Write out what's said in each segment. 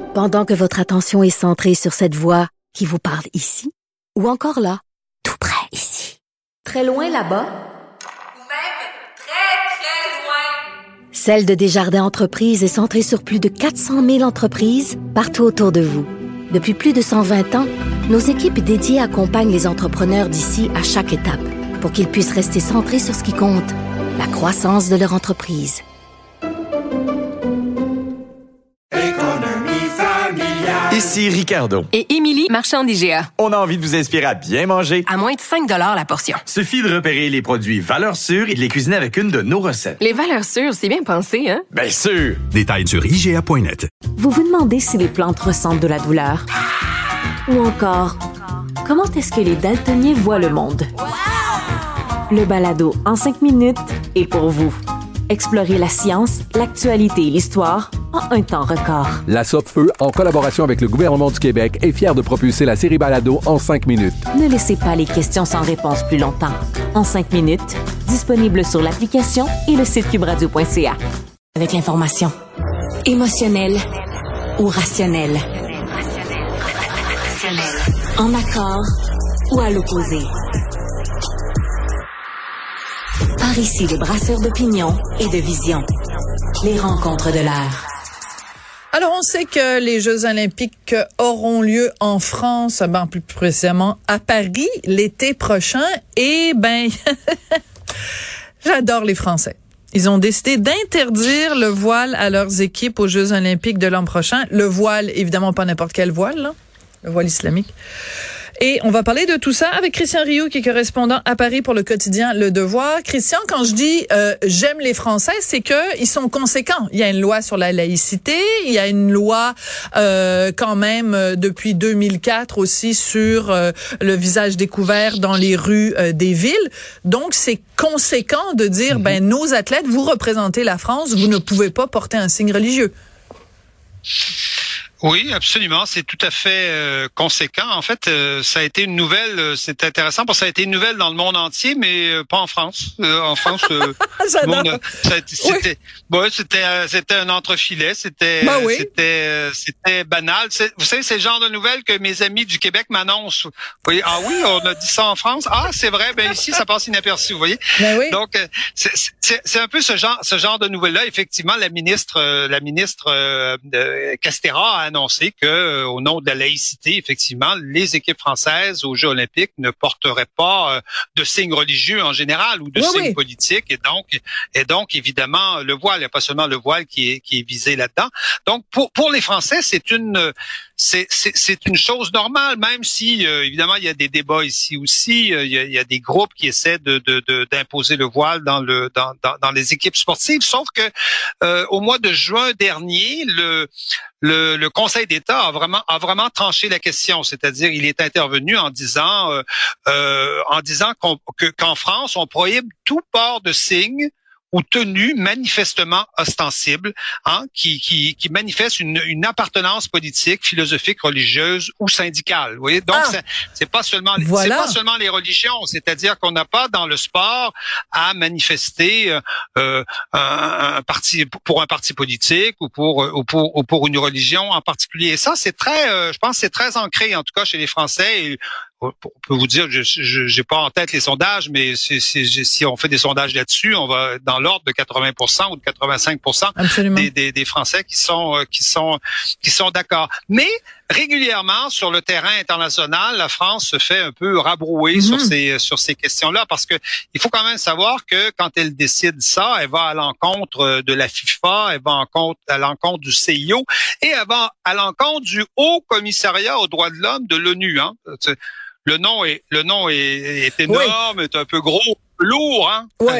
Pendant que votre attention est centrée sur cette voix qui vous parle ici, ou encore là, tout près ici, très loin là-bas, ou même très, très loin. Celle de Desjardins Entreprises est centrée sur plus de 400 000 entreprises partout autour de vous. Depuis plus de 120 ans, nos équipes dédiées accompagnent les entrepreneurs d'ici à chaque étape pour qu'ils puissent rester centrés sur ce qui compte, la croissance de leur entreprise. Ici Ricardo. Et Émilie, marchand d'IGA. On a envie de vous inspirer à bien manger. À moins de 5 $ la portion. Suffit de repérer les produits valeurs sûres et de les cuisiner avec une de nos recettes. Les valeurs sûres, c'est bien pensé, hein? Bien sûr! Détails sur IGA.net. Vous vous demandez si les plantes ressentent de la douleur? Ou encore, comment est-ce que les daltoniens voient le monde? Le balado en 5 minutes est pour vous. Explorez la science, l'actualité et l'histoire en un temps record. La Sopfeu, en collaboration avec le gouvernement du Québec, est fière de propulser la série Balado en 5 minutes. Ne laissez pas les questions sans réponse plus longtemps. En 5 minutes, disponible sur l'application et le site cubradio.ca. Avec l'information. Émotionnelle ou rationnelle. En accord ou à l'opposé. Par ici, les brasseurs d'opinion et de vision. Les rencontres de l'heure. Alors, on sait que les Jeux olympiques auront lieu en France, plus précisément à Paris, l'été prochain. Et j'adore les Français. Ils ont décidé d'interdire le voile à leurs équipes aux Jeux olympiques de l'an prochain. Le voile, évidemment, pas n'importe quel voile, là. Le voile islamique. Et on va parler de tout ça avec Christian Rioux, qui est correspondant à Paris pour le quotidien Le Devoir. Christian, quand je dis j'aime les Français, c'est que ils sont conséquents. Il y a une loi sur la laïcité, il y a une loi quand même depuis 2004 aussi sur le visage découvert dans les rues des villes. Donc c'est conséquent de dire nos athlètes, vous représentez la France, vous ne pouvez pas porter un signe religieux. Oui, absolument. C'est tout à fait conséquent. En fait, ça a été une nouvelle. C'est intéressant parce que ça a été une nouvelle dans le monde entier, mais pas en France. En France, c'était un entrefilet. C'était banal. Vous savez, c'est le genre de nouvelles que mes amis du Québec m'annoncent. Vous voyez, ah oui, on a dit ça en France. Ah, c'est vrai. Ben ici, ça passe inaperçu. Vous voyez. Oui. Donc, c'est un peu ce genre de nouvelles-là. Effectivement, la ministre Castéra a annoncé que, au nom de la laïcité, effectivement, les équipes françaises aux Jeux olympiques ne porteraient pas de signes religieux en général ou de signes politiques, et donc évidemment le voile, il n'y a pas seulement le voile qui est visé là-dedans. Donc pour les Français, c'est une chose normale, même si évidemment il y a des débats ici aussi, il y a des groupes qui essaient d'imposer le voile dans les équipes sportives, sauf que au mois de juin dernier, le Conseil d'État a vraiment tranché la question, c'est-à-dire il est intervenu en disant qu'en France on prohibe tout port de signes ou tenue manifestement ostensible, qui manifeste une appartenance politique, philosophique, religieuse ou syndicale. Vous voyez, donc c'est pas seulement les religions, c'est-à-dire qu'on n'a pas dans le sport à manifester un parti pour un parti politique ou pour une religion en particulier. Et ça, c'est très, je pense, c'est très ancré en tout cas chez les Français. Et on peut vous dire, j'ai pas en tête les sondages, mais si on fait des sondages là-dessus, on va dans l'ordre de 80% ou de 85% des Français qui sont d'accord. Mais régulièrement sur le terrain international, la France se fait un peu rabrouer sur ces questions-là, parce que il faut quand même savoir que quand elle décide ça, elle va à l'encontre de la FIFA, elle va à l'encontre du CIO et elle va à l'encontre du Haut Commissariat aux droits de l'homme de l'ONU. Le nom est énorme, est un peu gros, lourd,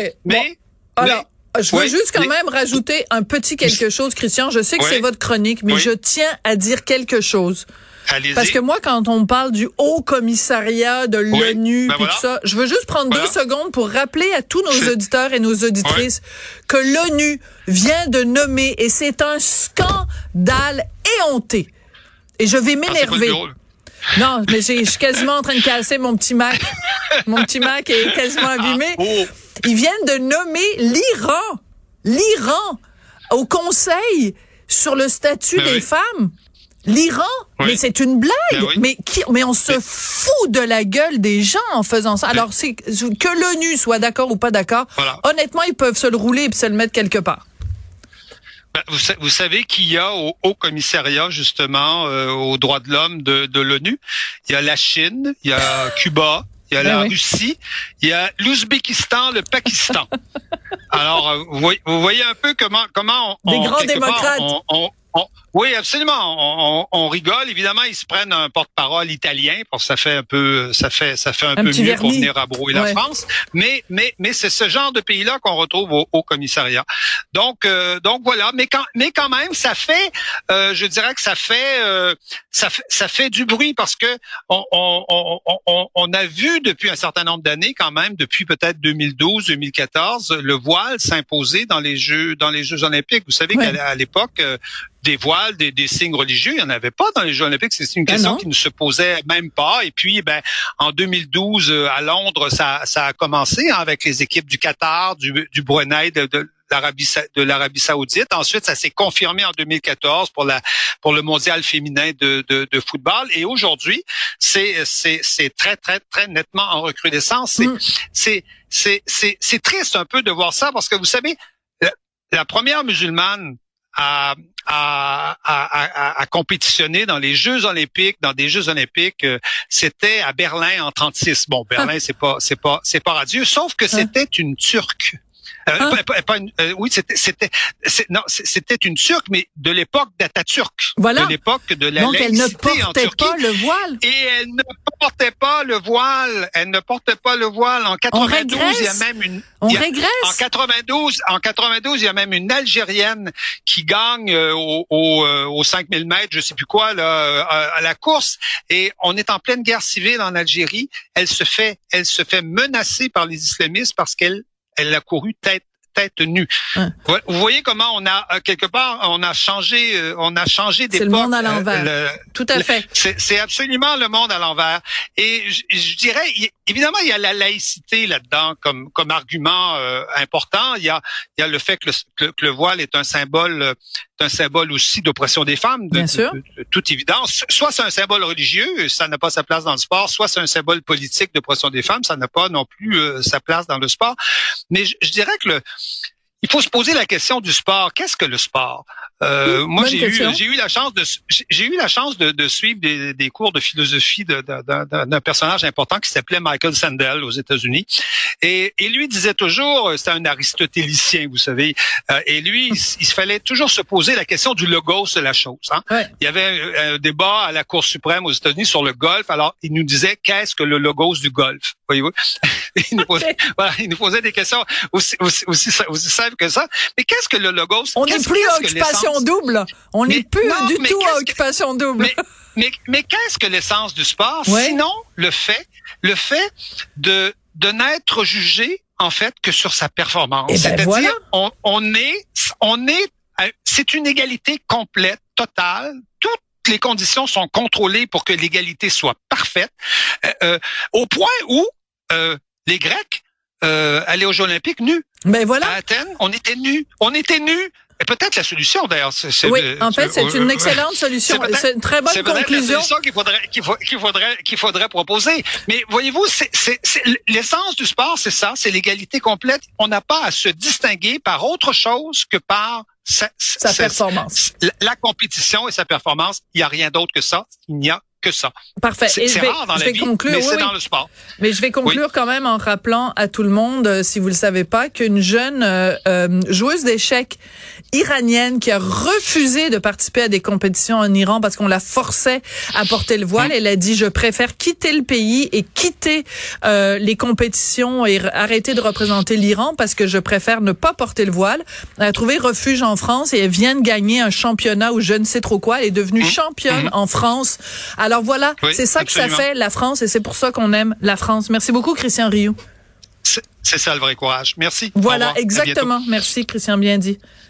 je veux juste quand même rajouter un petit quelque chose, Christian. Je sais que c'est votre chronique, mais je tiens à dire quelque chose. Allez-y. Parce que moi, quand on parle du Haut Commissariat de l'ONU, tout ça, je veux juste prendre 2 secondes pour rappeler à tous nos auditeurs et nos auditrices que l'ONU vient de nommer, et c'est un scandale éhonté. Et je vais m'énerver. Non, mais je suis quasiment en train de casser mon petit Mac. Mon petit Mac est quasiment abîmé. Ils viennent de nommer l'Iran au Conseil sur le statut des femmes. L'Iran? Oui. Mais c'est une blague. Ben oui. Mais on se fout de la gueule des gens en faisant ça. Alors, c'est que l'ONU soit d'accord ou pas d'accord. Voilà. Honnêtement, ils peuvent se le rouler et puis se le mettre quelque part. Ben, vous savez qu'il y a au Haut Commissariat, justement, aux droits de l'homme de l'ONU, il y a la Chine, il y a Cuba, il y a la Russie, il y a l'Ouzbékistan, le Pakistan. Alors, vous voyez un peu comment on des grands démocrates. Oui, absolument. On rigole. Évidemment, ils se prennent un porte-parole italien parce que ça fait un peu mieux vernis pour venir abrouer la France. Mais c'est ce genre de pays-là qu'on retrouve au commissariat. Donc voilà. Mais quand même, ça fait, je dirais que ça fait du bruit parce que on a vu depuis un certain nombre d'années quand même, depuis peut-être 2012, 2014, le voile s'imposer dans les Jeux olympiques. Vous savez qu'à l'époque, des voiles, des signes religieux, il n'y en avait pas dans les Jeux olympiques. C'est une question qui ne se posait même pas. Et puis, en 2012, à Londres, ça a commencé avec les équipes du Qatar, du Brunei, de l'Arabie Saoudite. Ensuite, ça s'est confirmé en 2014 pour le mondial féminin de football. Et aujourd'hui, c'est très, très, très nettement en recrudescence. C'est triste un peu de voir ça parce que vous savez, la première musulmane à compétitionner dans les Jeux olympiques, c'était à Berlin en 36. Bon, Berlin, c'est pas radieux, sauf que c'était une Turque. C'était une Turque, mais de l'époque d'Atatürk. Voilà. De l'époque de la Donc, laïcité en Turquie. Donc, elle ne portait pas le voile. Et elle ne portait pas le voile. Elle ne portait pas le voile. En 92, il y a même une... En 92, il y a même une Algérienne qui gagne aux 5000 mètres, je sais plus quoi, là, à la course. Et on est en pleine guerre civile en Algérie. Elle se fait menacer par les islamistes parce qu'elle a couru tête nue. Vous voyez comment on a quelque part on a changé d'époque. C'est le monde à l'envers. Tout à fait. C'est absolument le monde à l'envers. Et je dirais évidemment il y a la laïcité là-dedans comme argument important. Il y a le fait que le voile est un symbole aussi d'oppression des femmes, de toute évidence. Soit c'est un symbole religieux, ça n'a pas sa place dans le sport, soit c'est un symbole politique d'oppression des femmes, ça n'a pas non plus sa place dans le sport. Mais je dirais que il faut se poser la question du sport. Qu'est-ce que le sport? Moi, j'ai eu la chance de suivre des cours de philosophie d'un personnage important qui s'appelait Michael Sandel aux États-Unis. Et lui disait toujours, c'était un aristotélicien, vous savez, et lui, il fallait toujours se poser la question du logos de la chose. Hein? Ouais. Il y avait un débat à la Cour suprême aux États-Unis sur le golf. Alors, il nous disait, qu'est-ce que le logos du golf? Voyez-vous? Il nous posait des questions aussi simples que ça. Mais qu'est-ce que le logos? On n'est plus à occupation double. On n'est plus du tout à occupation double. Mais qu'est-ce que l'essence du sport? Sinon, le fait de n'être jugé, en fait, que sur sa performance. C'est-à-dire, c'est une égalité complète, totale. Toutes les conditions sont contrôlées pour que l'égalité soit parfaite, au point où les Grecs allaient aux Jeux olympiques nus. Ben voilà. À Athènes, on était nus. Et peut-être la solution, d'ailleurs. C'est une excellente solution. C'est une très bonne conclusion. C'est la solution qu'il faudrait proposer. Mais voyez-vous, l'essence du sport, c'est ça, c'est l'égalité complète. On n'a pas à se distinguer par autre chose que par sa performance. La compétition et sa performance. Il n'y a rien d'autre que ça. Il n'y a que ça. Parfait. C'est rare dans la vie, mais c'est dans le sport. Mais je vais conclure quand même en rappelant à tout le monde, si vous le savez pas, qu'une jeune joueuse d'échecs iranienne qui a refusé de participer à des compétitions en Iran parce qu'on la forçait à porter le voile, elle a dit « Je préfère quitter le pays et quitter les compétitions et arrêter de représenter l'Iran parce que je préfère ne pas porter le voile. » Elle a trouvé refuge en France et elle vient de gagner un championnat ou je ne sais trop quoi. Elle est devenue championne en France. Alors voilà, c'est ça que ça fait la France et c'est pour ça qu'on aime la France. Merci beaucoup, Christian Rioux. C'est ça le vrai courage. Merci. Voilà, exactement. Merci, Christian, bien dit.